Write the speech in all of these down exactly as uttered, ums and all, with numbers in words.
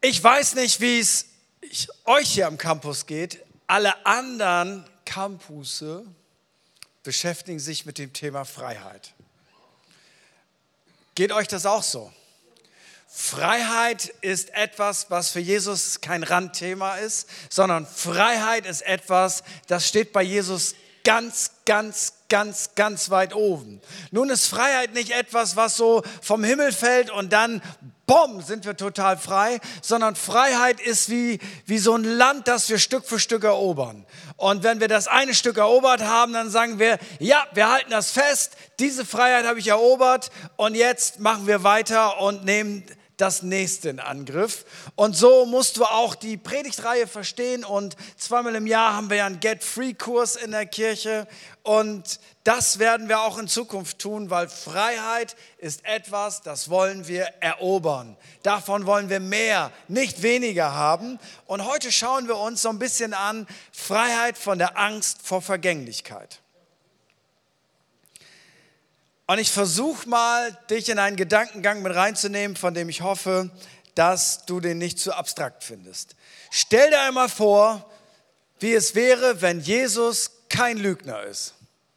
Ich weiß nicht, wie es euch hier am Campus geht. Alle anderen Campusse beschäftigen sich mit dem Thema Freiheit. Geht euch das auch so? Freiheit ist etwas, was für Jesus kein Randthema ist, sondern Freiheit ist etwas, das steht bei Jesus ganz, ganz, ganz, ganz weit oben. Nun ist Freiheit nicht etwas, was so vom Himmel fällt und dann, bumm, sind wir total frei, sondern Freiheit ist wie, wie so ein Land, das wir Stück für Stück erobern. Und wenn wir das eine Stück erobert haben, dann sagen wir, ja, wir halten das fest, diese Freiheit habe ich erobert und jetzt machen wir weiter und nehmen das nächste in Angriff. Und so musst du auch die Predigtreihe verstehen und zweimal im Jahr haben wir ja einen Get-Free-Kurs in der Kirche und das werden wir auch in Zukunft tun, weil Freiheit ist etwas, das wollen wir erobern. Davon wollen wir mehr, nicht weniger haben. Und heute schauen wir uns so ein bisschen an, Freiheit von der Angst vor Vergänglichkeit. Und ich versuche mal, dich in einen Gedankengang mit reinzunehmen, von dem ich hoffe, dass du den nicht zu abstrakt findest. Stell dir einmal vor, wie es wäre, wenn Jesus kein Lügner ist.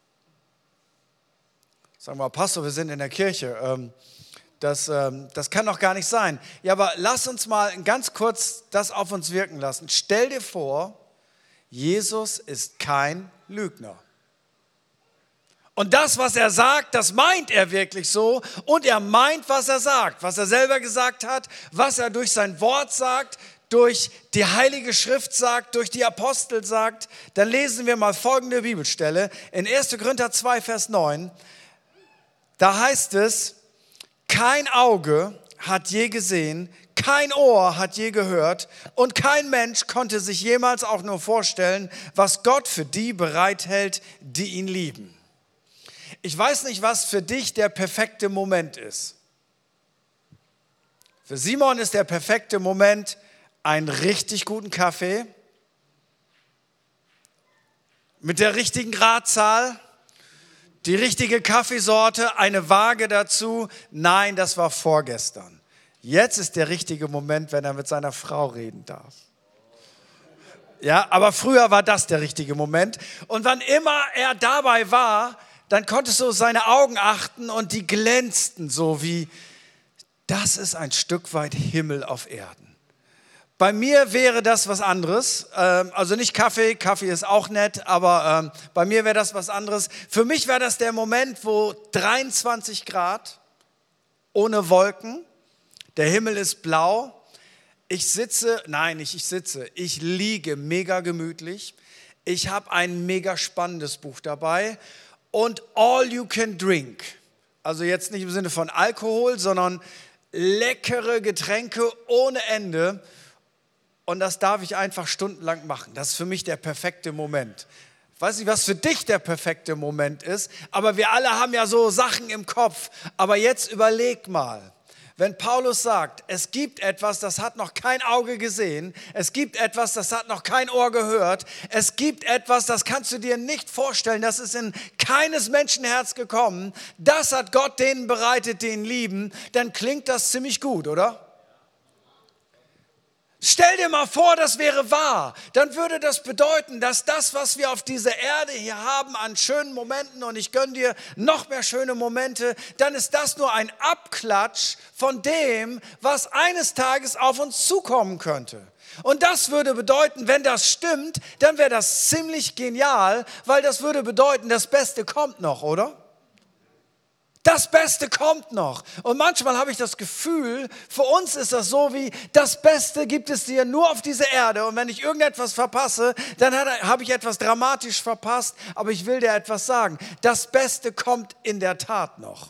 Sagen wir mal, Pastor, wir sind in der Kirche. Das, das kann doch gar nicht sein. Ja, aber lass uns mal ganz kurz das auf uns wirken lassen. Stell dir vor, Jesus ist kein Lügner. Und das, was er sagt, das meint er wirklich so. Und er meint, was er sagt, was er selber gesagt hat, was er durch sein Wort sagt, durch die Heilige Schrift sagt, durch die Apostel sagt. Dann lesen wir mal folgende Bibelstelle in erster Korinther zwei, Vers neun. Da heißt es, kein Auge hat je gesehen, kein Ohr hat je gehört und kein Mensch konnte sich jemals auch nur vorstellen, was Gott für die bereithält, die ihn lieben. Ich weiß nicht, was für dich der perfekte Moment ist. Für Simon ist der perfekte Moment einen richtig guten Kaffee mit der richtigen Gradzahl, die richtige Kaffeesorte, eine Waage dazu. Nein, das war vorgestern. Jetzt ist der richtige Moment, wenn er mit seiner Frau reden darf. Ja, aber früher war das der richtige Moment. Und wann immer er dabei war, dann konntest du seine Augen achten und die glänzten so wie, das ist ein Stück weit Himmel auf Erden. Bei mir wäre das was anderes, also nicht Kaffee, Kaffee ist auch nett, aber bei mir wäre das was anderes. Für mich wäre das der Moment, wo dreiundzwanzig Grad, ohne Wolken, der Himmel ist blau, ich sitze, nein, nicht ich sitze, ich liege mega gemütlich, ich habe ein mega spannendes Buch dabei. Und all you can drink, also jetzt nicht im Sinne von Alkohol, sondern leckere Getränke ohne Ende. Und das darf ich einfach stundenlang machen. Das ist für mich der perfekte Moment. Ich weiß nicht, was für dich der perfekte Moment ist, aber wir alle haben ja so Sachen im Kopf. Aber jetzt überleg mal. Wenn Paulus sagt, es gibt etwas, das hat noch kein Auge gesehen, es gibt etwas, das hat noch kein Ohr gehört, es gibt etwas, das kannst du dir nicht vorstellen, das ist in keines Menschenherz gekommen, das hat Gott denen bereitet, die ihn lieben, dann klingt das ziemlich gut, oder? Stell dir mal vor, das wäre wahr. Dann würde das bedeuten, dass das, was wir auf dieser Erde hier haben an schönen Momenten, und ich gönne dir noch mehr schöne Momente, dann ist das nur ein Abklatsch von dem, was eines Tages auf uns zukommen könnte. Und das würde bedeuten, wenn das stimmt, dann wäre das ziemlich genial, weil das würde bedeuten, das Beste kommt noch, oder? Das Beste kommt noch. Und manchmal habe ich das Gefühl, für uns ist das so wie, das Beste gibt es dir nur auf dieser Erde. Und wenn ich irgendetwas verpasse, dann habe ich etwas dramatisch verpasst. Aber ich will dir etwas sagen. Das Beste kommt in der Tat noch.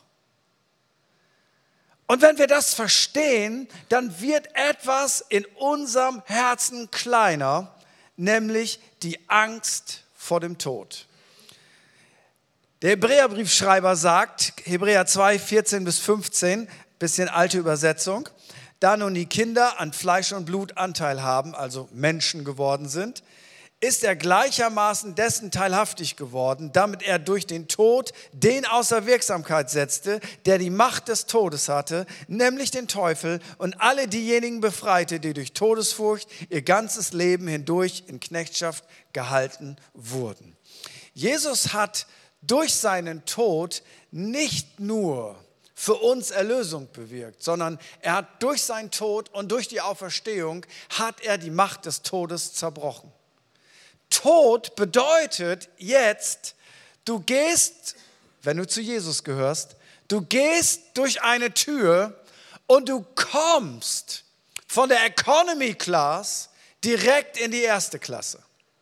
Und wenn wir das verstehen, dann wird etwas in unserem Herzen kleiner, nämlich die Angst vor dem Tod. Der Hebräerbriefschreiber sagt, Hebräer zwei, vierzehn bis fünfzehn, bisschen alte Übersetzung, da nun die Kinder an Fleisch und Blut Anteil haben, also Menschen geworden sind, ist er gleichermaßen dessen teilhaftig geworden, damit er durch den Tod den außer Wirksamkeit setzte, der die Macht des Todes hatte, nämlich den Teufel, und alle diejenigen befreite, die durch Todesfurcht ihr ganzes Leben hindurch in Knechtschaft gehalten wurden. Jesus hat durch seinen Tod nicht nur für uns Erlösung bewirkt, sondern er hat durch seinen Tod und durch die Auferstehung hat er die Macht des Todes zerbrochen. Tod bedeutet jetzt, du gehst, wenn du zu Jesus gehörst, du gehst durch eine Tür und du kommst von der Economy Class direkt in die erste Klasse.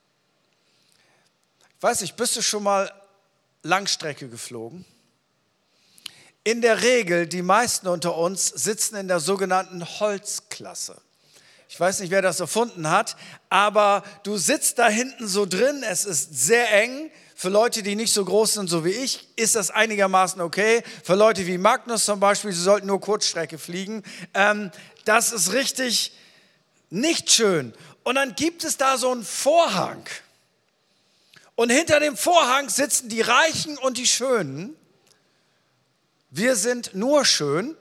Ich weiß nicht, bist du schon mal Langstrecke geflogen? In der Regel, die meisten unter uns sitzen in der sogenannten Holzklasse. Ich weiß nicht, wer das erfunden hat, aber du sitzt da hinten so drin, es ist sehr eng. Für Leute, die nicht so groß sind, so wie ich, ist das einigermaßen okay. Für Leute wie Magnus zum Beispiel, sie sollten nur Kurzstrecke fliegen. Ähm, das ist richtig nicht schön. Und dann gibt es da so einen Vorhang. Und hinter dem Vorhang sitzen die Reichen und die Schönen. Wir sind nur schön.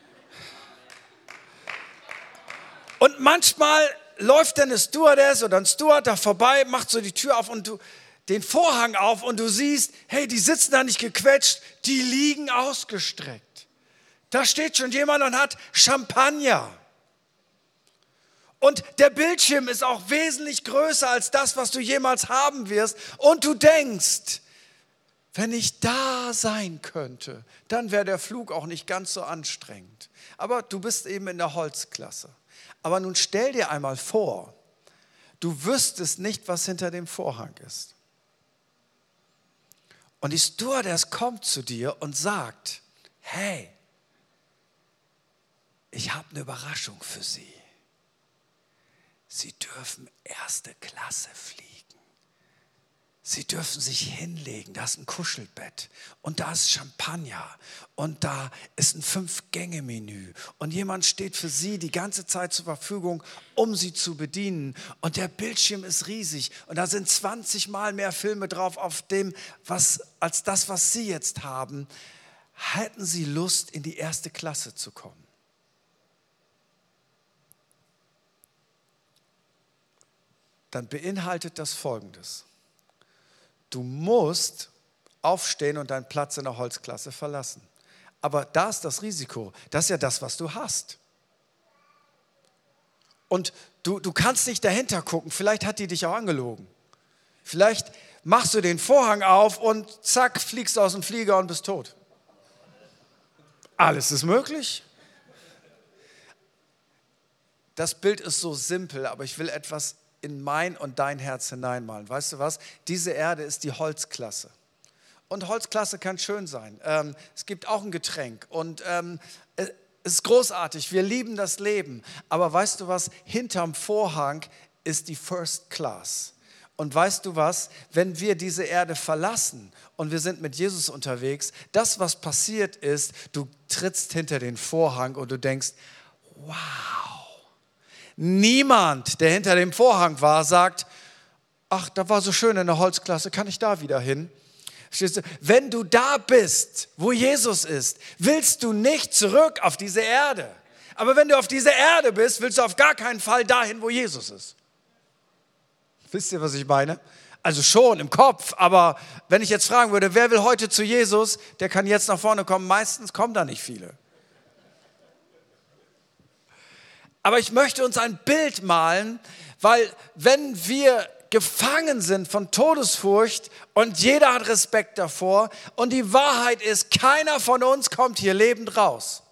Und manchmal läuft dann eine Stewardess oder ein Steward da vorbei, macht so die Tür auf und du den Vorhang auf und du siehst, hey, die sitzen da nicht gequetscht, die liegen ausgestreckt. Da steht schon jemand und hat Champagner. Und der Bildschirm ist auch wesentlich größer als das, was du jemals haben wirst. Und du denkst, wenn ich da sein könnte, dann wäre der Flug auch nicht ganz so anstrengend. Aber du bist eben in der Holzklasse. Aber nun stell dir einmal vor, du wüsstest nicht, was hinter dem Vorhang ist. Und die Stewardess kommt zu dir und sagt, hey, ich habe eine Überraschung für Sie. Sie dürfen erste Klasse fliegen. Sie dürfen sich hinlegen, da ist ein Kuschelbett und da ist Champagner und da ist ein Fünf-Gänge-Menü und jemand steht für Sie die ganze Zeit zur Verfügung, um Sie zu bedienen und der Bildschirm ist riesig und da sind zwanzig Mal mehr Filme drauf auf dem, was, als das, was Sie jetzt haben. Hätten Sie Lust, in die erste Klasse zu kommen? Dann beinhaltet das Folgendes. Du musst aufstehen und deinen Platz in der Holzklasse verlassen. Aber da ist das Risiko. Das ist ja das, was du hast. Und du, du kannst nicht dahinter gucken. Vielleicht hat die dich auch angelogen. Vielleicht machst du den Vorhang auf und zack, fliegst du aus dem Flieger und bist tot. Alles ist möglich. Das Bild ist so simpel, aber ich will etwas in mein und dein Herz hineinmalen. Weißt du was? Diese Erde ist die Holzklasse. Und Holzklasse kann schön sein. Ähm, es gibt auch ein Getränk und ähm, es ist großartig. Wir lieben das Leben. Aber weißt du was? Hinterm Vorhang ist die First Class. Und weißt du was? Wenn wir diese Erde verlassen und wir sind mit Jesus unterwegs, das, was passiert ist, du trittst hinter den Vorhang und du denkst, wow. Niemand, der hinter dem Vorhang war, sagt, ach, da war so schön in der Holzklasse, kann ich da wieder hin? Wenn du da bist, wo Jesus ist, willst du nicht zurück auf diese Erde. Aber wenn du auf dieser Erde bist, willst du auf gar keinen Fall dahin, wo Jesus ist. Wisst ihr, was ich meine? Also schon im Kopf, aber wenn ich jetzt fragen würde, wer will heute zu Jesus, der kann jetzt nach vorne kommen, meistens kommen da nicht viele. Aber ich möchte uns ein Bild malen, weil wenn wir gefangen sind von Todesfurcht und jeder hat Respekt davor und die Wahrheit ist, keiner von uns kommt hier lebend raus.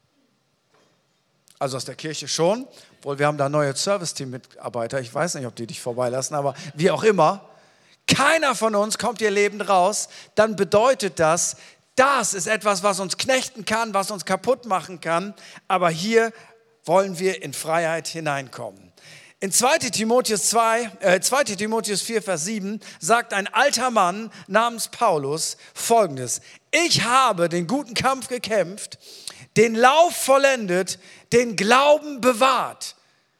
Also aus der Kirche schon, obwohl wir haben da neue Serviceteam-Mitarbeiter, ich weiß nicht, ob die dich vorbeilassen, aber wie auch immer, keiner von uns kommt hier lebend raus, dann bedeutet das, das ist etwas, was uns knechten kann, was uns kaputt machen kann, aber hier wollen wir in Freiheit hineinkommen. In zweiter Timotheus zwei, äh, zweiter Timotheus vier, Vers sieben sagt ein alter Mann namens Paulus Folgendes: Ich habe den guten Kampf gekämpft, den Lauf vollendet, den Glauben bewahrt.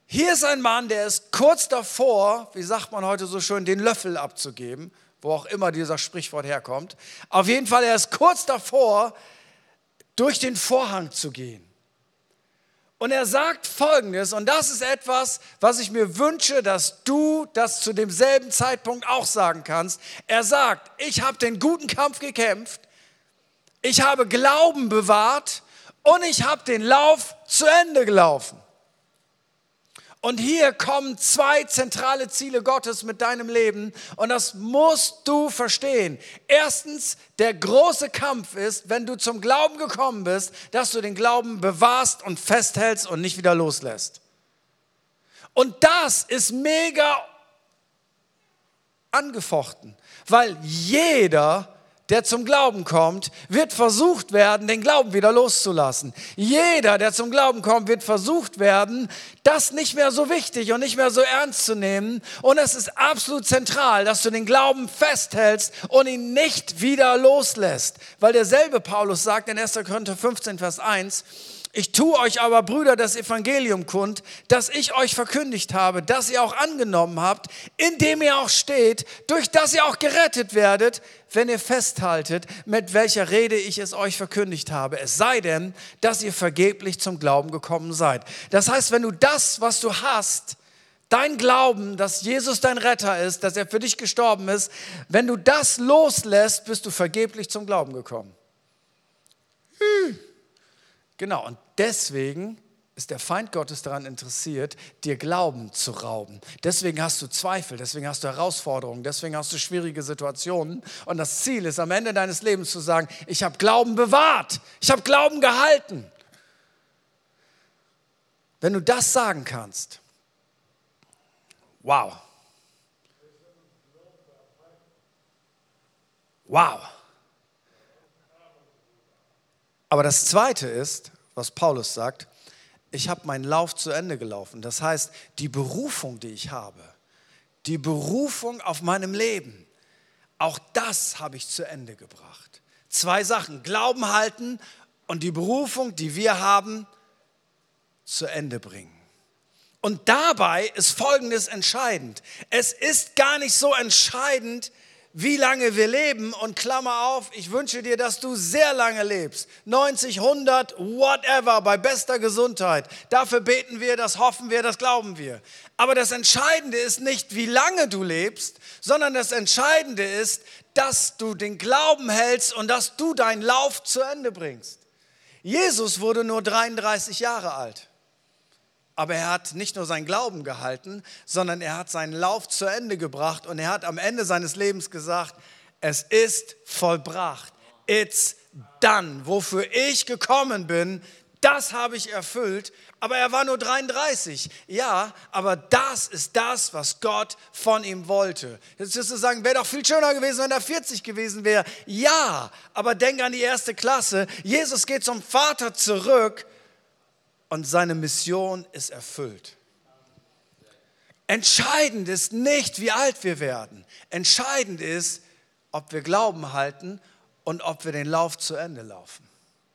Hier ist ein Mann, der ist kurz davor, wie sagt man heute so schön, den Löffel abzugeben, wo auch immer dieser Sprichwort herkommt. Auf jeden Fall, er ist kurz davor, durch den Vorhang zu gehen. Und er sagt Folgendes, und das ist etwas, was ich mir wünsche, dass du das zu demselben Zeitpunkt auch sagen kannst. Er sagt, ich habe den guten Kampf gekämpft, ich habe Glauben bewahrt und ich habe den Lauf zu Ende gelaufen. Und hier kommen zwei zentrale Ziele Gottes mit deinem Leben und das musst du verstehen. Erstens, der große Kampf ist, wenn du zum Glauben gekommen bist, dass du den Glauben bewahrst und festhältst und nicht wieder loslässt. Und das ist mega angefochten, weil jeder, der zum Glauben kommt, wird versucht werden, den Glauben wieder loszulassen. Jeder, der zum Glauben kommt, wird versucht werden, das nicht mehr so wichtig und nicht mehr so ernst zu nehmen. Und es ist absolut zentral, dass du den Glauben festhältst und ihn nicht wieder loslässt. Weil derselbe Paulus sagt in erster Korinther fünfzehn, Vers eins, ich tue euch aber, Brüder, das Evangelium kund, das ich euch verkündigt habe, das ihr auch angenommen habt, in dem ihr auch steht, durch das ihr auch gerettet werdet, wenn ihr festhaltet, mit welcher Rede ich es euch verkündigt habe. Es sei denn, dass ihr vergeblich zum Glauben gekommen seid. Das heißt, wenn du das, was du hast, dein Glauben, dass Jesus dein Retter ist, dass er für dich gestorben ist, wenn du das loslässt, bist du vergeblich zum Glauben gekommen. Hm. Genau, und deswegen ist der Feind Gottes daran interessiert, dir Glauben zu rauben. Deswegen hast du Zweifel, deswegen hast du Herausforderungen, deswegen hast du schwierige Situationen. Und das Ziel ist, am Ende deines Lebens zu sagen, ich habe Glauben bewahrt, ich habe Glauben gehalten. Wenn du das sagen kannst, wow. Wow. Aber das Zweite ist, was Paulus sagt, ich habe meinen Lauf zu Ende gelaufen. Das heißt, die Berufung, die ich habe, die Berufung auf meinem Leben, auch das habe ich zu Ende gebracht. Zwei Sachen, Glauben halten und die Berufung, die wir haben, zu Ende bringen. Und dabei ist Folgendes entscheidend. Es ist gar nicht so entscheidend, wie lange wir leben, und Klammer auf, ich wünsche dir, dass du sehr lange lebst, neunzig, hundert, whatever, bei bester Gesundheit. Dafür beten wir, das hoffen wir, das glauben wir. Aber das Entscheidende ist nicht, wie lange du lebst, sondern das Entscheidende ist, dass du den Glauben hältst und dass du deinen Lauf zu Ende bringst. Jesus wurde nur dreiunddreißig Jahre alt. Aber er hat nicht nur seinen Glauben gehalten, sondern er hat seinen Lauf zu Ende gebracht und er hat am Ende seines Lebens gesagt, es ist vollbracht. It's done. Wofür ich gekommen bin, das habe ich erfüllt. Aber er war nur dreiunddreißig. Ja, aber das ist das, was Gott von ihm wollte. Jetzt wirst du sagen, wäre doch viel schöner gewesen, wenn er vierzig gewesen wäre. Ja, aber denk an die erste Klasse. Jesus geht zum Vater zurück. Und seine Mission ist erfüllt. Entscheidend ist nicht, wie alt wir werden. Entscheidend ist, ob wir Glauben halten und ob wir den Lauf zu Ende laufen.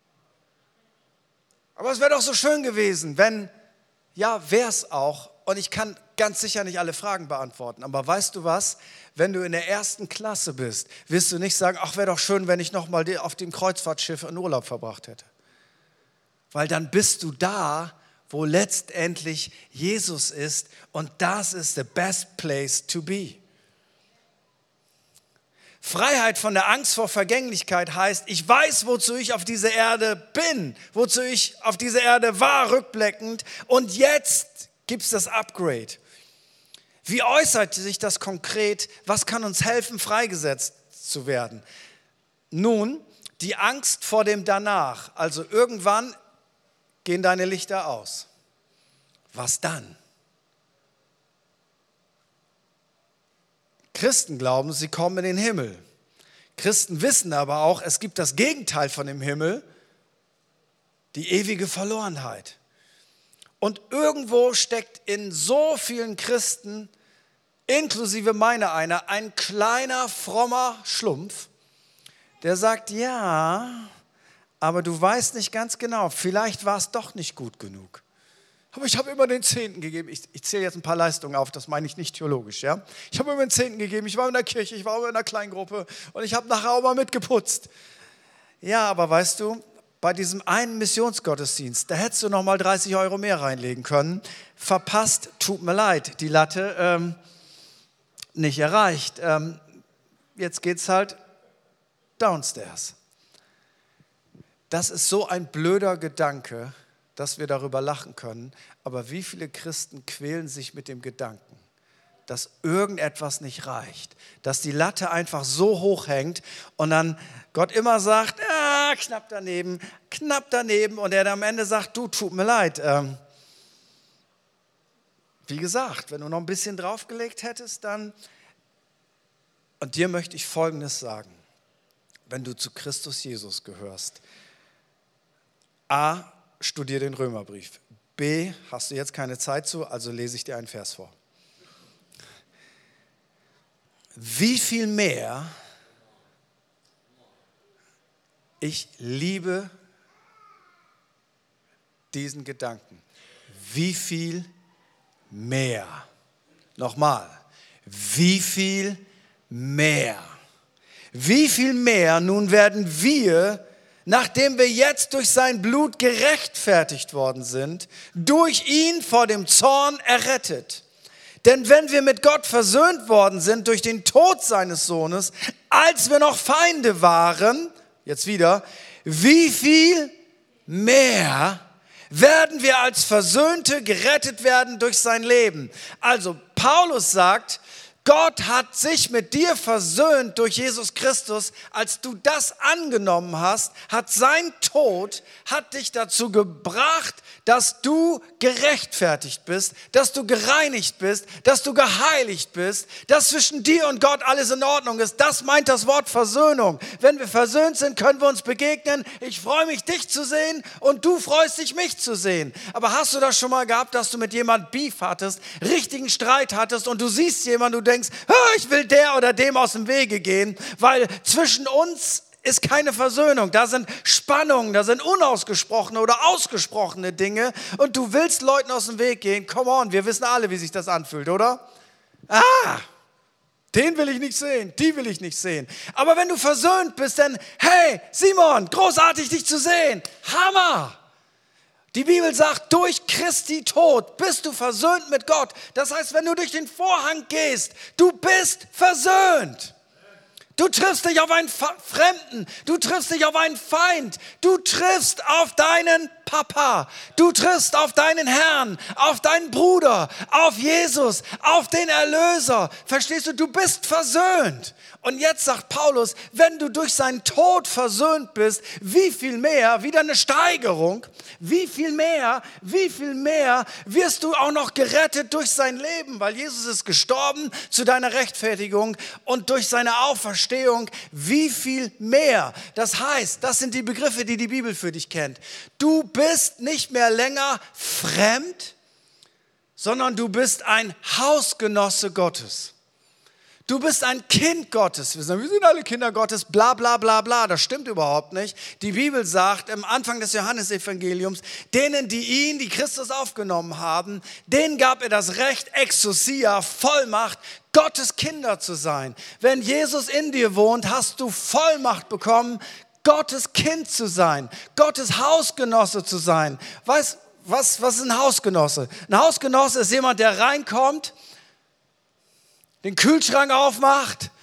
Aber es wäre doch so schön gewesen, wenn, ja, wäre es auch. Und ich kann ganz sicher nicht alle Fragen beantworten. Aber weißt du was? Wenn du in der ersten Klasse bist, wirst du nicht sagen, ach, wäre doch schön, wenn ich nochmal auf dem Kreuzfahrtschiff einen Urlaub verbracht hätte. Weil dann bist du da, wo letztendlich Jesus ist und das ist the best place to be. Freiheit von der Angst vor Vergänglichkeit heißt, ich weiß, wozu ich auf dieser Erde bin, wozu ich auf dieser Erde war, rückblickend, und jetzt gibt es das Upgrade. Wie äußert sich das konkret? Was kann uns helfen, freigesetzt zu werden? Nun, die Angst vor dem Danach, also irgendwann gehen deine Lichter aus. Was dann? Christen glauben, sie kommen in den Himmel. Christen wissen aber auch, es gibt das Gegenteil von dem Himmel, die ewige Verlorenheit. Und irgendwo steckt in so vielen Christen, inklusive meiner einer, ein kleiner, frommer Schlumpf, der sagt, ja, aber du weißt nicht ganz genau, vielleicht war es doch nicht gut genug. Aber ich habe immer den Zehnten gegeben. Ich, ich zähle jetzt ein paar Leistungen auf, das meine ich nicht theologisch. Ja? Ich habe immer den Zehnten gegeben, ich war in der Kirche, ich war immer in einer Kleingruppe und ich habe nachher auch mal mitgeputzt. Ja, aber weißt du, bei diesem einen Missionsgottesdienst, da hättest du noch mal dreißig Euro mehr reinlegen können. Verpasst, tut mir leid, die Latte ähm, nicht erreicht. Ähm, jetzt geht's halt downstairs. Das ist so ein blöder Gedanke, dass wir darüber lachen können. Aber wie viele Christen quälen sich mit dem Gedanken, dass irgendetwas nicht reicht, dass die Latte einfach so hoch hängt und dann Gott immer sagt, ah, knapp daneben, knapp daneben und er dann am Ende sagt, du, tut mir leid. Ähm, wie gesagt, wenn du noch ein bisschen draufgelegt hättest, dann, und dir möchte ich Folgendes sagen, wenn du zu Christus Jesus gehörst, A, studier den Römerbrief. B, hast du jetzt keine Zeit zu, also lese ich dir einen Vers vor. Wie viel mehr, ich liebe diesen Gedanken, wie viel mehr, nochmal, wie viel mehr, wie viel mehr nun werden wir, nachdem wir jetzt durch sein Blut gerechtfertigt worden sind, durch ihn vor dem Zorn errettet. Denn wenn wir mit Gott versöhnt worden sind durch den Tod seines Sohnes, als wir noch Feinde waren, jetzt wieder, wie viel mehr werden wir als Versöhnte gerettet werden durch sein Leben? Also Paulus sagt, Gott hat sich mit dir versöhnt durch Jesus Christus. Als du das angenommen hast, hat sein Tod, hat dich dazu gebracht, dass du gerechtfertigt bist, dass du gereinigt bist, dass du geheiligt bist, dass zwischen dir und Gott alles in Ordnung ist. Das meint das Wort Versöhnung. Wenn wir versöhnt sind, können wir uns begegnen. Ich freue mich, dich zu sehen und du freust dich, mich zu sehen. Aber hast du das schon mal gehabt, dass du mit jemandem Beef hattest, richtigen Streit hattest und du siehst jemanden, du denkst, ich will der oder dem aus dem Wege gehen, weil zwischen uns ist keine Versöhnung. Da sind Spannungen, da sind unausgesprochene oder ausgesprochene Dinge und du willst Leuten aus dem Weg gehen. Come on, wir wissen alle, wie sich das anfühlt, oder? Ah, den will ich nicht sehen, die will ich nicht sehen. Aber wenn du versöhnt bist, dann, hey, Simon, großartig, dich zu sehen. Hammer! Die Bibel sagt, durch Christi Tod bist du versöhnt mit Gott. Das heißt, wenn du durch den Vorhang gehst, du bist versöhnt. Du triffst dich auf einen Fremden, du triffst dich auf einen Feind, du triffst auf deinen Papa, du triffst auf deinen Herrn, auf deinen Bruder, auf Jesus, auf den Erlöser. Verstehst du, du bist versöhnt. Und jetzt sagt Paulus, wenn du durch seinen Tod versöhnt bist, wie viel mehr, wieder eine Steigerung, wie viel mehr, wie viel mehr wirst du auch noch gerettet durch sein Leben, weil Jesus ist gestorben zu deiner Rechtfertigung und durch seine Auferstehung, wie viel mehr. Das heißt, das sind die Begriffe, die die Bibel für dich kennt. Du bist nicht mehr länger fremd, sondern du bist ein Hausgenosse Gottes. Du bist ein Kind Gottes. Wir sagen, wir sind alle Kinder Gottes, bla bla bla bla. Das stimmt überhaupt nicht. Die Bibel sagt am Anfang des Johannesevangeliums, denen, die ihn, die Christus aufgenommen haben, denen gab er das Recht, Exousia, Vollmacht, Gottes Kinder zu sein. Wenn Jesus in dir wohnt, hast du Vollmacht bekommen, Gottes Kind zu sein, Gottes Hausgenosse zu sein. Weißt du, was, was ist ein Hausgenosse? Ein Hausgenosse ist jemand, der reinkommt, den Kühlschrank aufmacht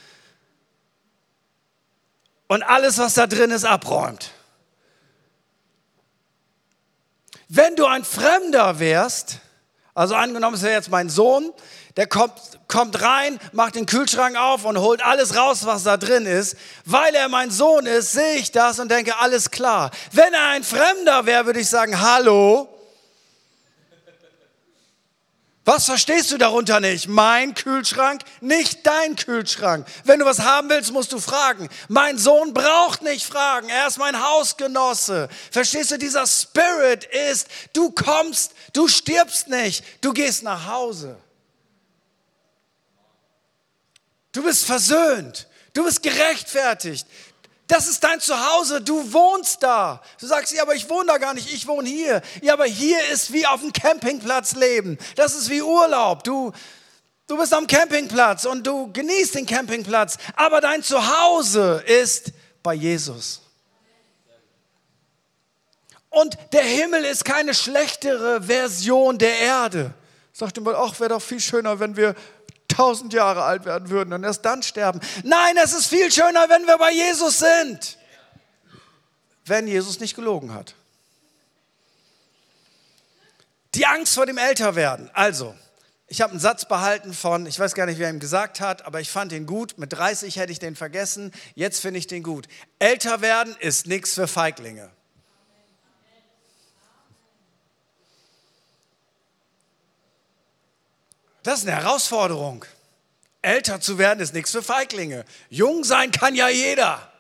und alles, was da drin ist, abräumt. Wenn du ein Fremder wärst, also angenommen, es wäre jetzt mein Sohn, der kommt, kommt rein, macht den Kühlschrank auf und holt alles raus, was da drin ist. Weil er mein Sohn ist, sehe ich das und denke, alles klar. Wenn er ein Fremder wäre, würde ich sagen, hallo. Was verstehst du darunter nicht? Mein Kühlschrank, nicht dein Kühlschrank. Wenn du was haben willst, musst du fragen. Mein Sohn braucht nicht fragen, er ist mein Hausgenosse. Verstehst du, dieser Spirit ist, du kommst, du stirbst nicht, du gehst nach Hause. Du bist versöhnt, du bist gerechtfertigt. Das ist dein Zuhause, du wohnst da. Du sagst, ja, aber ich wohne da gar nicht, ich wohne hier. Ja, aber hier ist wie auf dem Campingplatz leben. Das ist wie Urlaub. Du, du bist am Campingplatz und du genießt den Campingplatz. Aber dein Zuhause ist bei Jesus. Und der Himmel ist keine schlechtere Version der Erde. Sagt immer, ach, wäre doch viel schöner, wenn wir tausend Jahre alt werden würden und erst dann sterben. Nein, es ist viel schöner, wenn wir bei Jesus sind. Wenn Jesus nicht gelogen hat. Die Angst vor dem Älterwerden. Also, ich habe einen Satz behalten von, ich weiß gar nicht, wer ihn gesagt hat, aber ich fand ihn gut. Mit dreißig hätte ich den vergessen, jetzt finde ich den gut. Älter werden ist nichts für Feiglinge. Das ist eine Herausforderung. Älter zu werden ist nichts für Feiglinge. Jung sein kann ja jeder.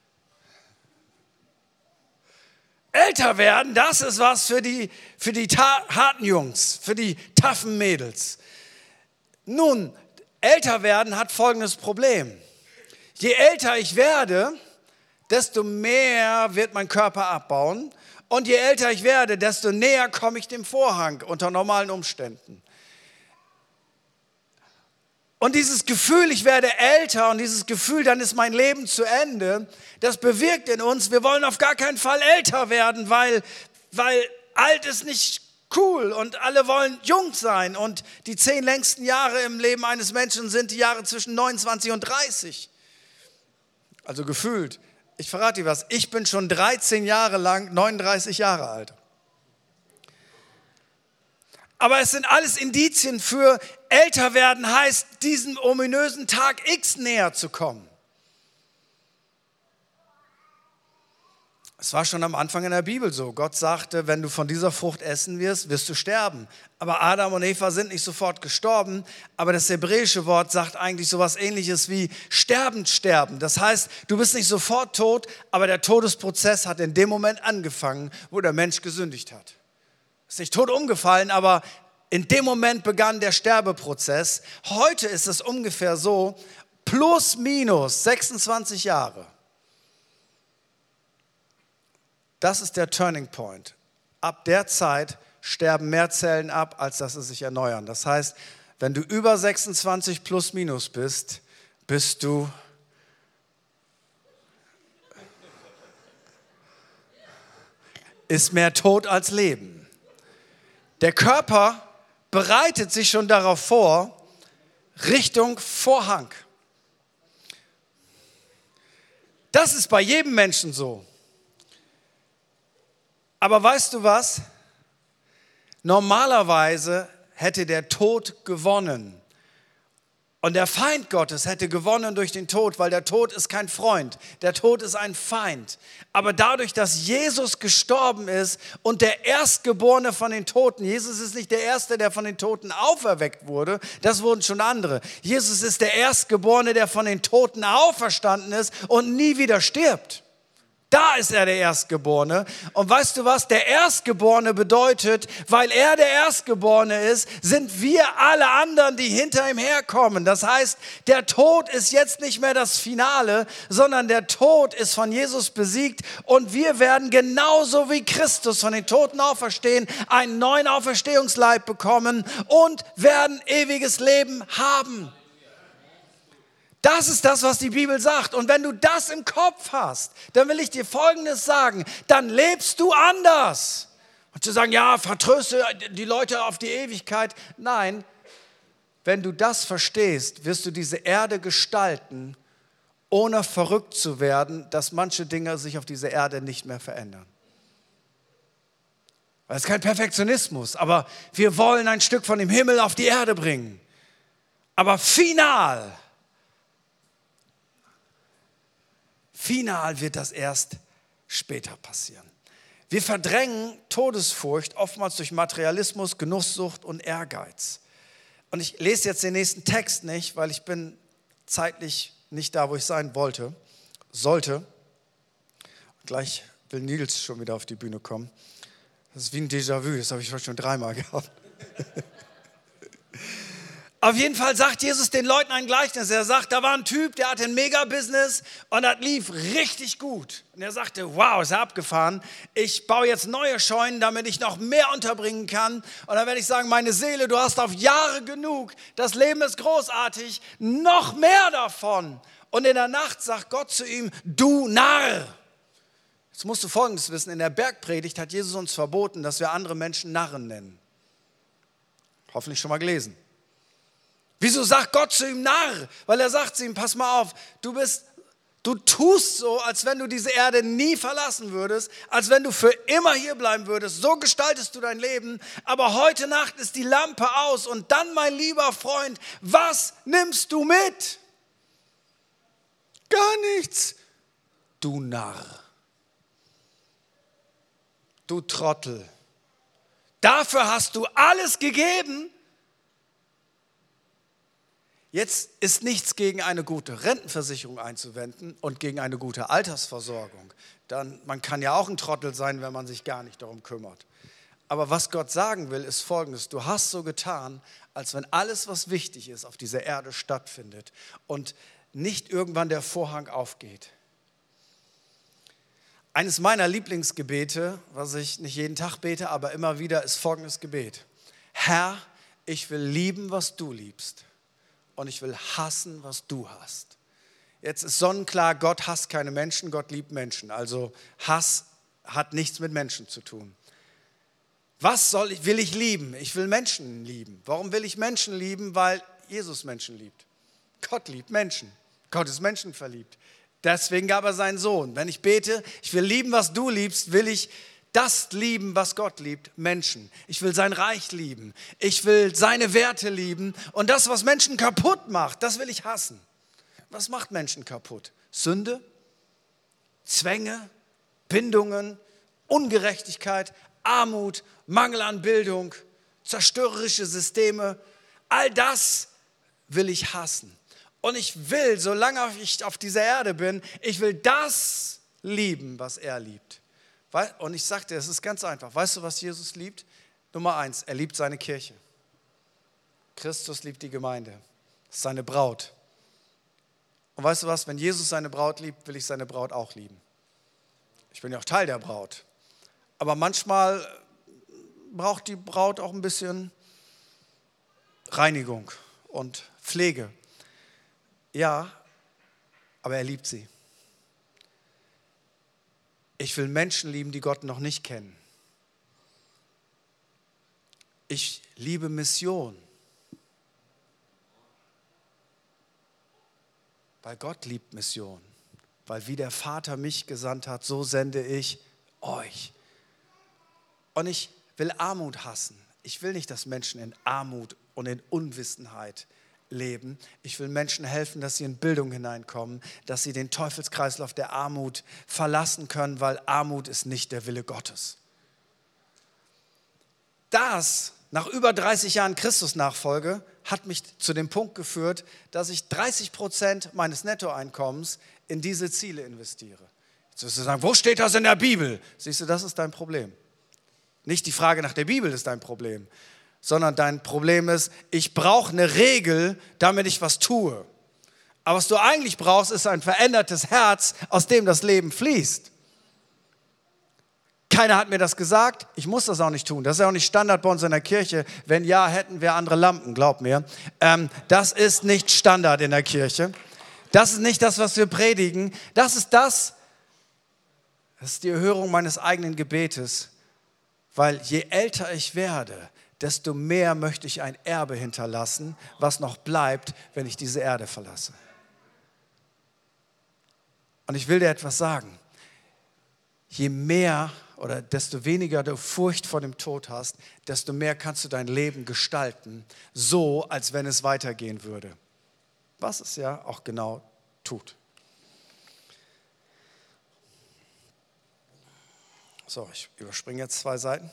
Älter werden, das ist was für die, für die ta- harten Jungs, für die taffen Mädels. Nun, älter werden hat folgendes Problem. Je älter ich werde, desto mehr wird mein Körper abbauen. Und je älter ich werde, desto näher komme ich dem Vorhang unter normalen Umständen. Und dieses Gefühl, ich werde älter und dieses Gefühl, dann ist mein Leben zu Ende, das bewirkt in uns, wir wollen auf gar keinen Fall älter werden, weil, weil alt ist nicht cool und alle wollen jung sein. Und die zehn längsten Jahre im Leben eines Menschen sind die Jahre zwischen neunundzwanzig und dreißig. Also gefühlt. Ich verrate dir was, ich bin schon dreizehn Jahre lang neununddreißig Jahre alt. Aber es sind alles Indizien für älter werden, heißt, diesem ominösen Tag X näher zu kommen. Es war schon am Anfang in der Bibel so. Gott sagte, wenn du von dieser Frucht essen wirst, wirst du sterben. Aber Adam und Eva sind nicht sofort gestorben. Aber das hebräische Wort sagt eigentlich so etwas Ähnliches wie sterbend sterben. Das heißt, du bist nicht sofort tot, aber der Todesprozess hat in dem Moment angefangen, wo der Mensch gesündigt hat. Ist nicht tot umgefallen, aber in dem Moment begann der Sterbeprozess. Heute ist es ungefähr so, plus minus sechsundzwanzig Jahre. Das ist der Turning Point. Ab der Zeit sterben mehr Zellen ab, als dass sie sich erneuern. Das heißt, wenn du über sechsundzwanzig plus minus bist, bist du ist mehr tot als Leben. Der Körper bereitet sich schon darauf vor, Richtung Vorhang. Das ist bei jedem Menschen so. Aber weißt du was? Normalerweise hätte der Tod gewonnen. Und der Feind Gottes hätte gewonnen durch den Tod, weil der Tod ist kein Freund, der Tod ist ein Feind. Aber dadurch, dass Jesus gestorben ist und der Erstgeborene von den Toten, Jesus ist nicht der Erste, der von den Toten auferweckt wurde, das wurden schon andere. Jesus ist der Erstgeborene, der von den Toten auferstanden ist und nie wieder stirbt. Da ist er der Erstgeborene. Und weißt du was? Der Erstgeborene bedeutet, weil er der Erstgeborene ist, sind wir alle anderen, die hinter ihm herkommen. Das heißt, der Tod ist jetzt nicht mehr das Finale, sondern der Tod ist von Jesus besiegt und wir werden genauso wie Christus von den Toten auferstehen, einen neuen Auferstehungsleib bekommen und werden ewiges Leben haben. Das ist das, was die Bibel sagt. Und wenn du das im Kopf hast, dann will ich dir Folgendes sagen, dann lebst du anders. Und zu sagen, ja, vertröste die Leute auf die Ewigkeit. Nein, wenn du das verstehst, wirst du diese Erde gestalten, ohne verrückt zu werden, dass manche Dinge sich auf dieser Erde nicht mehr verändern. Das ist kein Perfektionismus, aber wir wollen ein Stück von dem Himmel auf die Erde bringen. Aber final Final wird das erst später passieren. Wir verdrängen Todesfurcht oftmals durch Materialismus, Genusssucht und Ehrgeiz. Und ich lese jetzt den nächsten Text nicht, weil ich bin zeitlich nicht da, wo ich sein wollte, sollte. Gleich will Nils schon wieder auf die Bühne kommen. Das ist wie ein Déjà-vu, das habe ich schon dreimal gehabt. Auf jeden Fall sagt Jesus den Leuten ein Gleichnis. Er sagt, da war ein Typ, der hatte ein Mega-Business und das lief richtig gut. Und er sagte, wow, ist ja abgefahren. Ich baue jetzt neue Scheunen, damit ich noch mehr unterbringen kann. Und dann werde ich sagen, meine Seele, du hast auf Jahre genug. Das Leben ist großartig. Noch mehr davon. Und in der Nacht sagt Gott zu ihm, du Narr. Jetzt musst du Folgendes wissen. In der Bergpredigt hat Jesus uns verboten, dass wir andere Menschen Narren nennen. Hoffentlich schon mal gelesen. Wieso sagt Gott zu ihm Narr? Weil er sagt zu ihm, pass mal auf, du bist, du tust so, als wenn du diese Erde nie verlassen würdest, als wenn du für immer hier bleiben würdest. So gestaltest du dein Leben, aber heute Nacht ist die Lampe aus und dann, mein lieber Freund, was nimmst du mit? Gar nichts, du Narr, du Trottel. Dafür hast du alles gegeben. Jetzt ist nichts gegen eine gute Rentenversicherung einzuwenden und gegen eine gute Altersversorgung. Dann, man kann ja auch ein Trottel sein, wenn man sich gar nicht darum kümmert. Aber was Gott sagen will, ist Folgendes. Du hast so getan, als wenn alles, was wichtig ist, auf dieser Erde stattfindet und nicht irgendwann der Vorhang aufgeht. Eines meiner Lieblingsgebete, was ich nicht jeden Tag bete, aber immer wieder, ist folgendes Gebet. Herr, ich will lieben, was du liebst. Und ich will hassen, was du hast. Jetzt ist sonnenklar, Gott hasst keine Menschen, Gott liebt Menschen. Also Hass hat nichts mit Menschen zu tun. Was soll ich, will ich lieben? Ich will Menschen lieben. Warum will ich Menschen lieben? Weil Jesus Menschen liebt. Gott liebt Menschen. Gott ist menschenverliebt. Deswegen gab er seinen Sohn. Wenn ich bete, ich will lieben, was du liebst, will ich das lieben, was Gott liebt, Menschen. Ich will sein Reich lieben. Ich will seine Werte lieben. Und das, was Menschen kaputt macht, das will ich hassen. Was macht Menschen kaputt? Sünde, Zwänge, Bindungen, Ungerechtigkeit, Armut, Mangel an Bildung, zerstörerische Systeme. All das will ich hassen. Und ich will, solange ich auf dieser Erde bin, ich will das lieben, was er liebt. Und ich sagte, es ist ganz einfach. Weißt du, was Jesus liebt? Nummer eins, er liebt seine Kirche. Christus liebt die Gemeinde. Das ist seine Braut. Und weißt du was? Wenn Jesus seine Braut liebt, will ich seine Braut auch lieben. Ich bin ja auch Teil der Braut. Aber manchmal braucht die Braut auch ein bisschen Reinigung und Pflege. Ja, aber er liebt sie. Ich will Menschen lieben, die Gott noch nicht kennen. Ich liebe Mission. Weil Gott liebt Mission. Weil wie der Vater mich gesandt hat, so sende ich euch. Und ich will Armut hassen. Ich will nicht, dass Menschen in Armut und in Unwissenheit leben. Ich will Menschen helfen, dass sie in Bildung hineinkommen, dass sie den Teufelskreislauf der Armut verlassen können, weil Armut ist nicht der Wille Gottes. Das, nach über dreißig Jahren Christusnachfolge, hat mich zu dem Punkt geführt, dass ich dreißig Prozent meines Nettoeinkommens in diese Ziele investiere. Jetzt wirst du sagen, wo steht das in der Bibel? Siehst du, das ist dein Problem. Nicht die Frage nach der Bibel ist dein Problem, sondern dein Problem ist, ich brauche eine Regel, damit ich was tue. Aber was du eigentlich brauchst, ist ein verändertes Herz, aus dem das Leben fließt. Keiner hat mir das gesagt, ich muss das auch nicht tun. Das ist ja auch nicht Standard bei uns in der Kirche. Wenn ja, hätten wir andere Lampen, glaub mir. Ähm, das ist nicht Standard in der Kirche. Das ist nicht das, was wir predigen. Das ist das, das ist die Erhörung meines eigenen Gebetes. Weil je älter ich werde, desto mehr möchte ich ein Erbe hinterlassen, was noch bleibt, wenn ich diese Erde verlasse. Und ich will dir etwas sagen. Je mehr oder desto weniger du Furcht vor dem Tod hast, desto mehr kannst du dein Leben gestalten, so als wenn es weitergehen würde. Was es ja auch genau tut. So, ich überspringe jetzt zwei Seiten.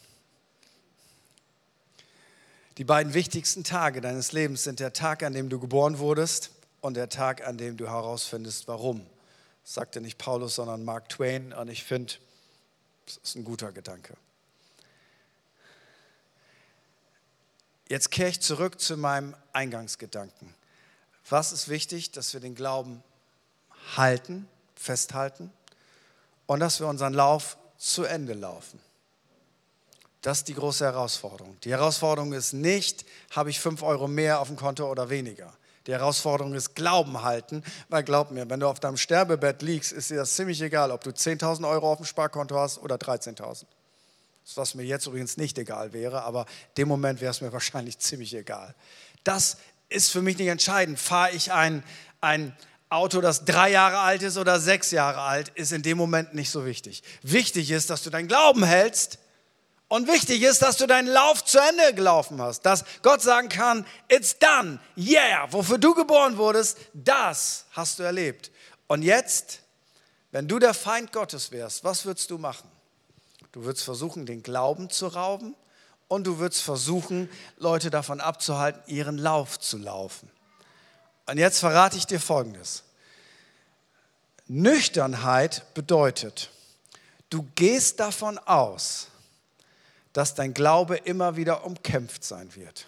Die beiden wichtigsten Tage deines Lebens sind der Tag, an dem du geboren wurdest und der Tag, an dem du herausfindest, warum. Das sagte nicht Paulus, sondern Mark Twain und ich finde, das ist ein guter Gedanke. Jetzt kehre ich zurück zu meinem Eingangsgedanken. Was ist wichtig? Dass wir den Glauben halten, festhalten und dass wir unseren Lauf zu Ende laufen. Das ist die große Herausforderung. Die Herausforderung ist nicht, habe ich fünf Euro mehr auf dem Konto oder weniger. Die Herausforderung ist Glauben halten, weil glaub mir, wenn du auf deinem Sterbebett liegst, ist dir das ziemlich egal, ob du zehntausend Euro auf dem Sparkonto hast oder dreizehntausend. Das, was mir jetzt übrigens nicht egal wäre, aber in dem Moment wäre es mir wahrscheinlich ziemlich egal. Das ist für mich nicht entscheidend. Fahre ich ein, ein Auto, das drei Jahre alt ist oder sechs Jahre alt, ist in dem Moment nicht so wichtig. Wichtig ist, dass du deinen Glauben hältst. Und wichtig ist, dass du deinen Lauf zu Ende gelaufen hast, dass Gott sagen kann, it's done, yeah, wofür du geboren wurdest, das hast du erlebt. Und jetzt, wenn du der Feind Gottes wärst, was würdest du machen? Du würdest versuchen, den Glauben zu rauben und du würdest versuchen, Leute davon abzuhalten, ihren Lauf zu laufen. Und jetzt verrate ich dir Folgendes. Nüchternheit bedeutet, du gehst davon aus, dass dein Glaube immer wieder umkämpft sein wird.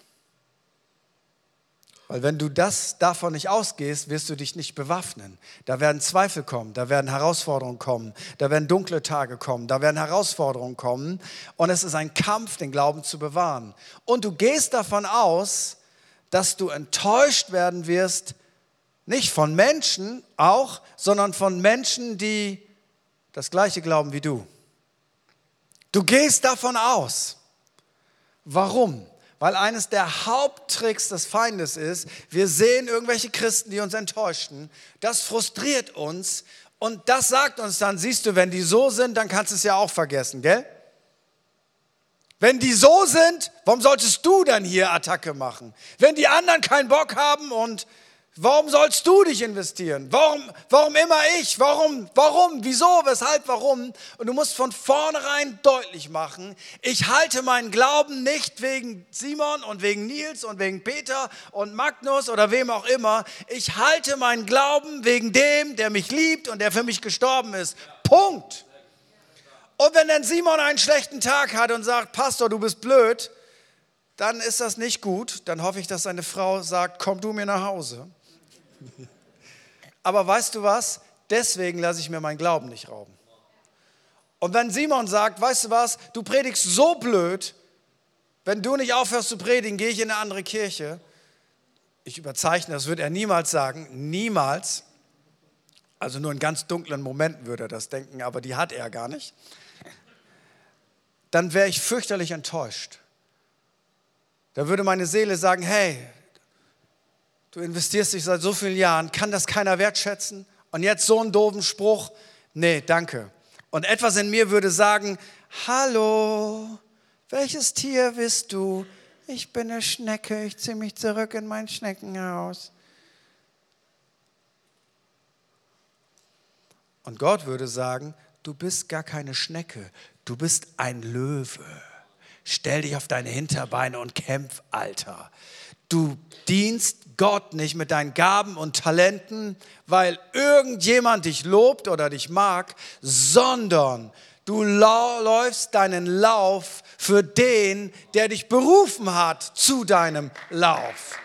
Weil wenn du das davon nicht ausgehst, wirst du dich nicht bewaffnen. Da werden Zweifel kommen, da werden Herausforderungen kommen, da werden dunkle Tage kommen, da werden Herausforderungen kommen. Und es ist ein Kampf, den Glauben zu bewahren. Und du gehst davon aus, dass du enttäuscht werden wirst, nicht von Menschen auch, sondern von Menschen, die das Gleiche glauben wie du. Du gehst davon aus. Warum? Weil eines der Haupttricks des Feindes ist, wir sehen irgendwelche Christen, die uns enttäuschen. Das frustriert uns und das sagt uns dann, siehst du, wenn die so sind, dann kannst du es ja auch vergessen, gell? Wenn die so sind, warum solltest du dann hier Attacke machen? Wenn die anderen keinen Bock haben und warum sollst du dich investieren? Warum, warum immer ich? Warum, warum, wieso, weshalb, warum? Und du musst von vornherein deutlich machen, ich halte meinen Glauben nicht wegen Simon und wegen Nils und wegen Peter und Magnus oder wem auch immer. Ich halte meinen Glauben wegen dem, der mich liebt und der für mich gestorben ist. Punkt. Und wenn dann Simon einen schlechten Tag hat und sagt, Pastor, du bist blöd, dann ist das nicht gut. Dann hoffe ich, dass seine Frau sagt, komm du mir nach Hause. Aber weißt du was? Deswegen lasse ich mir meinen Glauben nicht rauben. Und wenn Simon sagt, weißt du was, du predigst so blöd, wenn du nicht aufhörst zu predigen, gehe ich in eine andere Kirche. Ich überzeichne, das wird er niemals sagen, niemals. Also nur in ganz dunklen Momenten würde er das denken, aber die hat er gar nicht. Dann wäre ich fürchterlich enttäuscht. Da würde meine Seele sagen, hey, du investierst dich seit so vielen Jahren, kann das keiner wertschätzen? Und jetzt so einen doofen Spruch? Nee, danke. Und etwas in mir würde sagen, hallo, welches Tier bist du? Ich bin eine Schnecke, ich ziehe mich zurück in mein Schneckenhaus. Und Gott würde sagen, du bist gar keine Schnecke, du bist ein Löwe. Stell dich auf deine Hinterbeine und kämpf, Alter. Du dienst Gott nicht mit deinen Gaben und Talenten, weil irgendjemand dich lobt oder dich mag, sondern du läufst deinen Lauf für den, der dich berufen hat zu deinem Lauf.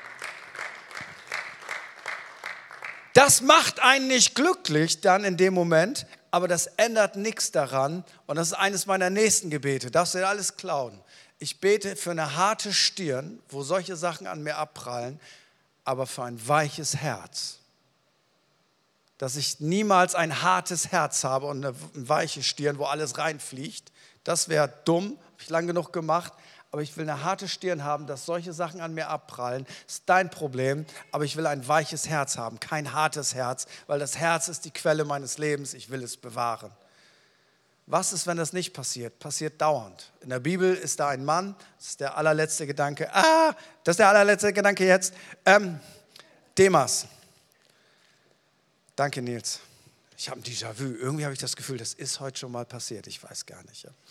Das macht einen nicht glücklich dann in dem Moment, aber das ändert nichts daran. Und das ist eines meiner nächsten Gebete. Darfst du dir alles klauen? Ich bete für eine harte Stirn, wo solche Sachen an mir abprallen, aber für ein weiches Herz. Dass ich niemals ein hartes Herz habe und eine weiche Stirn, wo alles reinfliegt. Das wäre dumm, habe ich lang genug gemacht. Aber ich will eine harte Stirn haben, dass solche Sachen an mir abprallen. Das ist dein Problem, aber ich will ein weiches Herz haben, kein hartes Herz, weil das Herz ist die Quelle meines Lebens, ich will es bewahren. Was ist, wenn das nicht passiert? Passiert dauernd. In der Bibel ist da ein Mann, das ist der allerletzte Gedanke, ah, das ist der allerletzte Gedanke jetzt, ähm, Demas. Danke, Nils. Ich habe ein Déjà-vu, irgendwie habe ich das Gefühl, das ist heute schon mal passiert, ich weiß gar nicht. Ja.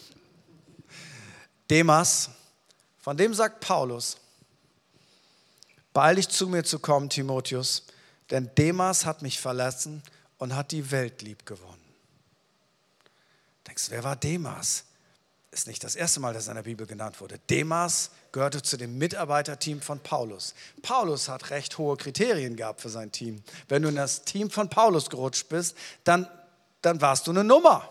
Demas, von dem sagt Paulus, beeil dich zu mir zu kommen, Timotheus, denn Demas hat mich verlassen und hat die Welt lieb gewonnen. Denkst du, wer war Demas? ist nicht das erste Mal, dass er in der Bibel genannt wurde. Demas gehörte zu dem Mitarbeiterteam von Paulus. Paulus hat recht hohe Kriterien gehabt für sein Team. Wenn du in das Team von Paulus gerutscht bist, dann, dann warst du eine Nummer.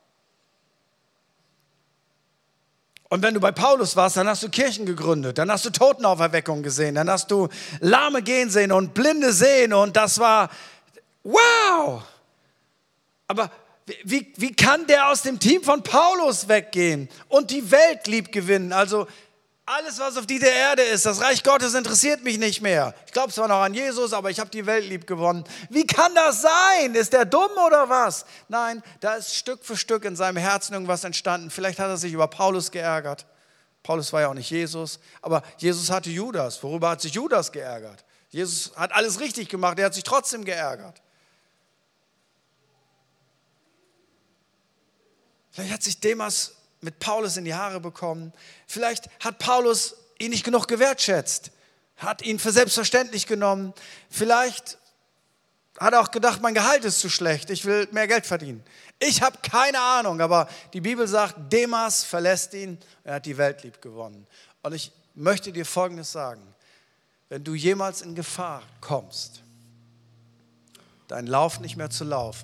Und wenn du bei Paulus warst, dann hast du Kirchen gegründet, dann hast du Totenauferweckung gesehen, dann hast du Lahme gehen sehen und Blinde sehen und das war wow. Aber wie, wie kann der aus dem Team von Paulus weggehen und die Welt lieb gewinnen? Also alles, was auf dieser Erde ist, das Reich Gottes interessiert mich nicht mehr. Ich glaube zwar noch an Jesus, aber ich habe die Welt lieb gewonnen. Wie kann das sein? Ist der dumm oder was? Nein, da ist Stück für Stück in seinem Herzen irgendwas entstanden. Vielleicht hat er sich über Paulus geärgert. Paulus war ja auch nicht Jesus, aber Jesus hatte Judas. Worüber hat sich Judas geärgert? Jesus hat alles richtig gemacht, er hat sich trotzdem geärgert. Vielleicht hat sich Demas mit Paulus in die Haare bekommen. Vielleicht hat Paulus ihn nicht genug gewertschätzt, hat ihn für selbstverständlich genommen. Vielleicht hat er auch gedacht, mein Gehalt ist zu schlecht, ich will mehr Geld verdienen. Ich habe keine Ahnung, aber die Bibel sagt, Demas verlässt ihn, er hat die Welt lieb gewonnen. Und ich möchte dir Folgendes sagen, wenn du jemals in Gefahr kommst, deinen Lauf nicht mehr zu laufen,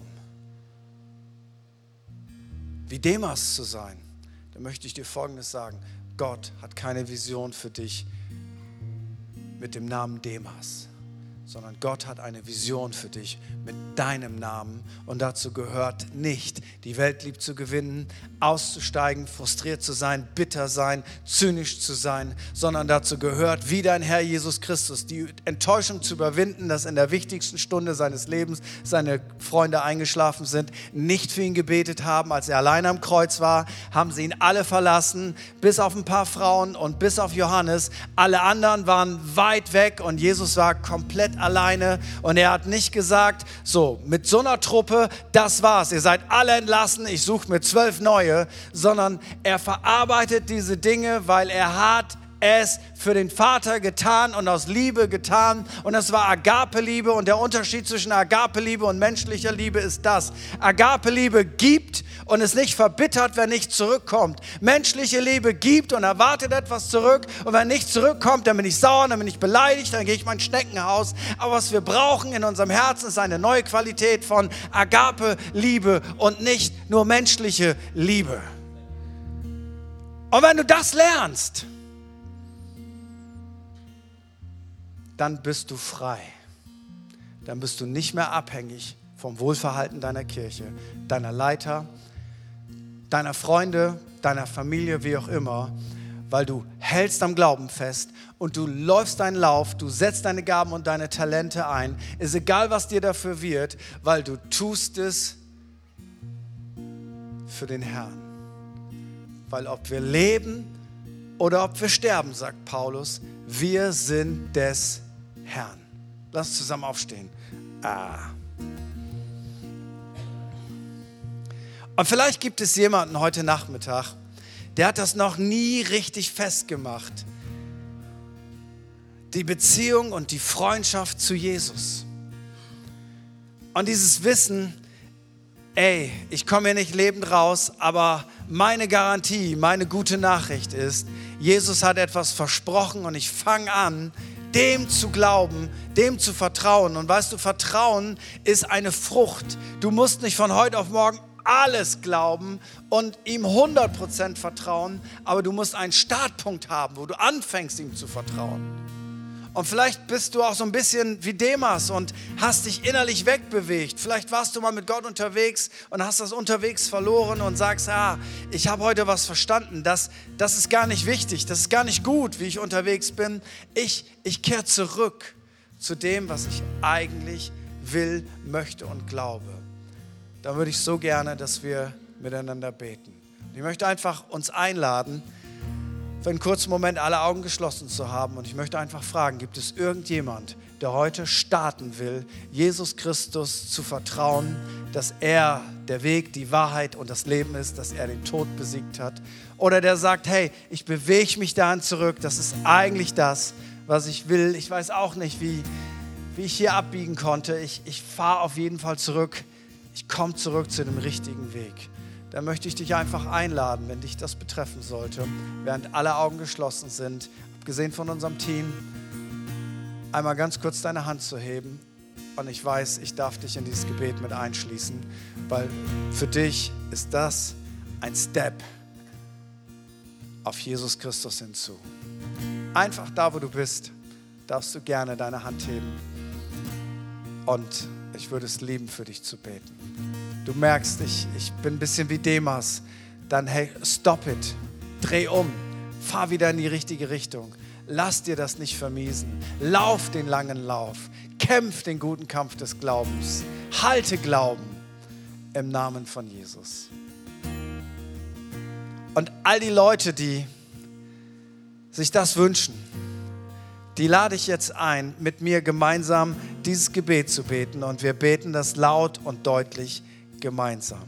wie Demas zu sein, dann möchte ich dir Folgendes sagen. Gott hat keine Vision für dich mit dem Namen Demas, sondern Gott hat eine Vision für dich mit deinem Namen. Und dazu gehört nicht, die Welt lieb zu gewinnen, auszusteigen, frustriert zu sein, bitter sein, zynisch zu sein, sondern dazu gehört, wie dein Herr Jesus Christus, die Enttäuschung zu überwinden, dass in der wichtigsten Stunde seines Lebens seine Freunde eingeschlafen sind, nicht für ihn gebetet haben. Als er allein am Kreuz war, haben sie ihn alle verlassen, bis auf ein paar Frauen und bis auf Johannes. Alle anderen waren weit weg und Jesus war komplett alleine und er hat nicht gesagt, so, mit so einer Truppe, das war's, ihr seid alle entlassen, ich suche mir zwölf neue, sondern er verarbeitet diese Dinge, weil er hat es für den Vater getan und aus Liebe getan und das war Agape-Liebe und der Unterschied zwischen Agape-Liebe und menschlicher Liebe ist das. Agape-Liebe gibt und ist nicht verbittert, wenn nicht zurückkommt. Menschliche Liebe gibt und erwartet etwas zurück und wenn nicht zurückkommt, dann bin ich sauer, dann bin ich beleidigt, dann gehe ich in mein Schneckenhaus. Aber was wir brauchen in unserem Herzen ist eine neue Qualität von Agape-Liebe und nicht nur menschliche Liebe. Und wenn du das lernst, dann bist du frei. Dann bist du nicht mehr abhängig vom Wohlverhalten deiner Kirche, deiner Leiter, deiner Freunde, deiner Familie, wie auch immer, weil du hältst am Glauben fest und du läufst deinen Lauf, du setzt deine Gaben und deine Talente ein. Ist egal, was dir dafür wird, weil du tust es für den Herrn. Weil ob wir leben oder ob wir sterben, sagt Paulus, wir sind des Herrn. Lass uns zusammen aufstehen. Ah. Und vielleicht gibt es jemanden heute Nachmittag, der hat das noch nie richtig festgemacht. Die Beziehung und die Freundschaft zu Jesus. Und dieses Wissen, ey, ich komme hier nicht lebend raus, aber meine Garantie, meine gute Nachricht ist, Jesus hat etwas versprochen und ich fange an, dem zu glauben, dem zu vertrauen. Und weißt du, Vertrauen ist eine Frucht. Du musst nicht von heute auf morgen alles glauben und ihm hundert Prozent vertrauen, aber du musst einen Startpunkt haben, wo du anfängst, ihm zu vertrauen. Und vielleicht bist du auch so ein bisschen wie Demas und hast dich innerlich wegbewegt. Vielleicht warst du mal mit Gott unterwegs und hast das unterwegs verloren und sagst, ah, ich habe heute was verstanden. Das, das ist gar nicht wichtig, das ist gar nicht gut, wie ich unterwegs bin. Ich, ich kehre zurück zu dem, was ich eigentlich will, möchte und glaube. Da würde ich so gerne, dass wir miteinander beten. Ich möchte einfach uns einladen, für einen kurzen Moment alle Augen geschlossen zu haben. Und ich möchte einfach fragen, gibt es irgendjemand, der heute starten will, Jesus Christus zu vertrauen, dass er der Weg, die Wahrheit und das Leben ist, dass er den Tod besiegt hat? Oder der sagt, hey, ich bewege mich dahin zurück, das ist eigentlich das, was ich will. Ich weiß auch nicht, wie, wie ich hier abbiegen konnte. Ich, ich fahre auf jeden Fall zurück. Ich komme zurück zu dem richtigen Weg. dann möchte ich dich einfach einladen, wenn dich das betreffen sollte, während alle Augen geschlossen sind, abgesehen von unserem Team, einmal ganz kurz deine Hand zu heben. Und ich weiß, ich darf dich in dieses Gebet mit einschließen, weil für dich ist das ein Step auf Jesus Christus hinzu. Einfach da, wo du bist, darfst du gerne deine Hand heben. Und ich würde es lieben, für dich zu beten. Du merkst, ich, ich bin ein bisschen wie Demas. Dann hey, stop it. Dreh um. Fahr wieder in die richtige Richtung. Lass dir das nicht vermiesen. Lauf den langen Lauf. Kämpf den guten Kampf des Glaubens. Halte Glauben im Namen von Jesus. Und all die Leute, die sich das wünschen, die lade ich jetzt ein, mit mir gemeinsam dieses Gebet zu beten. Und wir beten das laut und deutlich gemeinsam.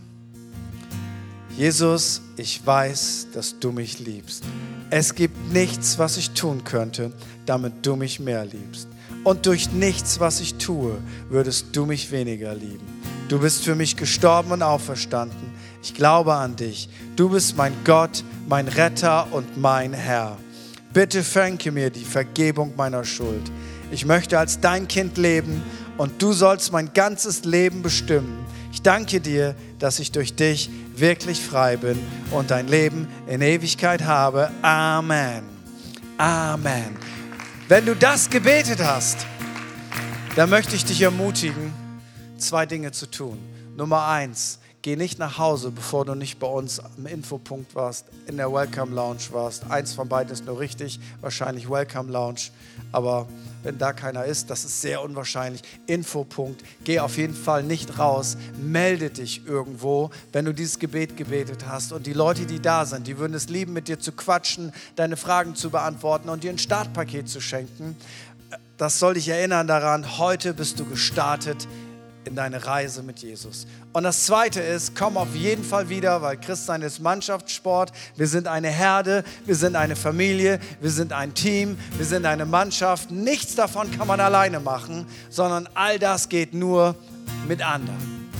Jesus, ich weiß, dass du mich liebst. Es gibt nichts, was ich tun könnte, damit du mich mehr liebst. Und durch nichts, was ich tue, würdest du mich weniger lieben. Du bist für mich gestorben und auferstanden. Ich glaube an dich. Du bist mein Gott, mein Retter und mein Herr. Bitte schenke mir die Vergebung meiner Schuld. Ich möchte als dein Kind leben und du sollst mein ganzes Leben bestimmen. Ich danke dir, dass ich durch dich wirklich frei bin und dein Leben in Ewigkeit habe. Amen. Amen. Wenn du das gebetet hast, dann möchte ich dich ermutigen, zwei Dinge zu tun. Nummer eins, geh nicht nach Hause, bevor du nicht bei uns am Infopunkt warst, in der Welcome Lounge warst. Eins von beiden ist nur richtig, wahrscheinlich Welcome Lounge. Aber wenn da keiner ist, das ist sehr unwahrscheinlich. Infopunkt, geh auf jeden Fall nicht raus, melde dich irgendwo, wenn du dieses Gebet gebetet hast. Und die Leute, die da sind, die würden es lieben, mit dir zu quatschen, deine Fragen zu beantworten und dir ein Startpaket zu schenken. Das soll dich erinnern daran, heute bist du gestartet in deine Reise mit Jesus. Und das Zweite ist, komm auf jeden Fall wieder, weil Christsein ist Mannschaftssport. Wir sind eine Herde, wir sind eine Familie, wir sind ein Team, wir sind eine Mannschaft. Nichts davon kann man alleine machen, sondern all das geht nur mit anderen.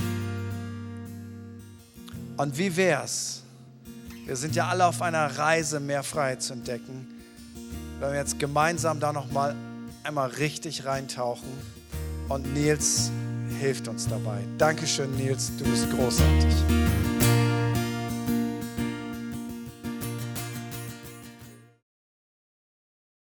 Und wie wär's? Wir sind ja alle auf einer Reise, mehr Freiheit zu entdecken. Wenn wir jetzt gemeinsam da nochmal einmal richtig reintauchen und Nils hilft uns dabei. Dankeschön, Nils, du bist großartig.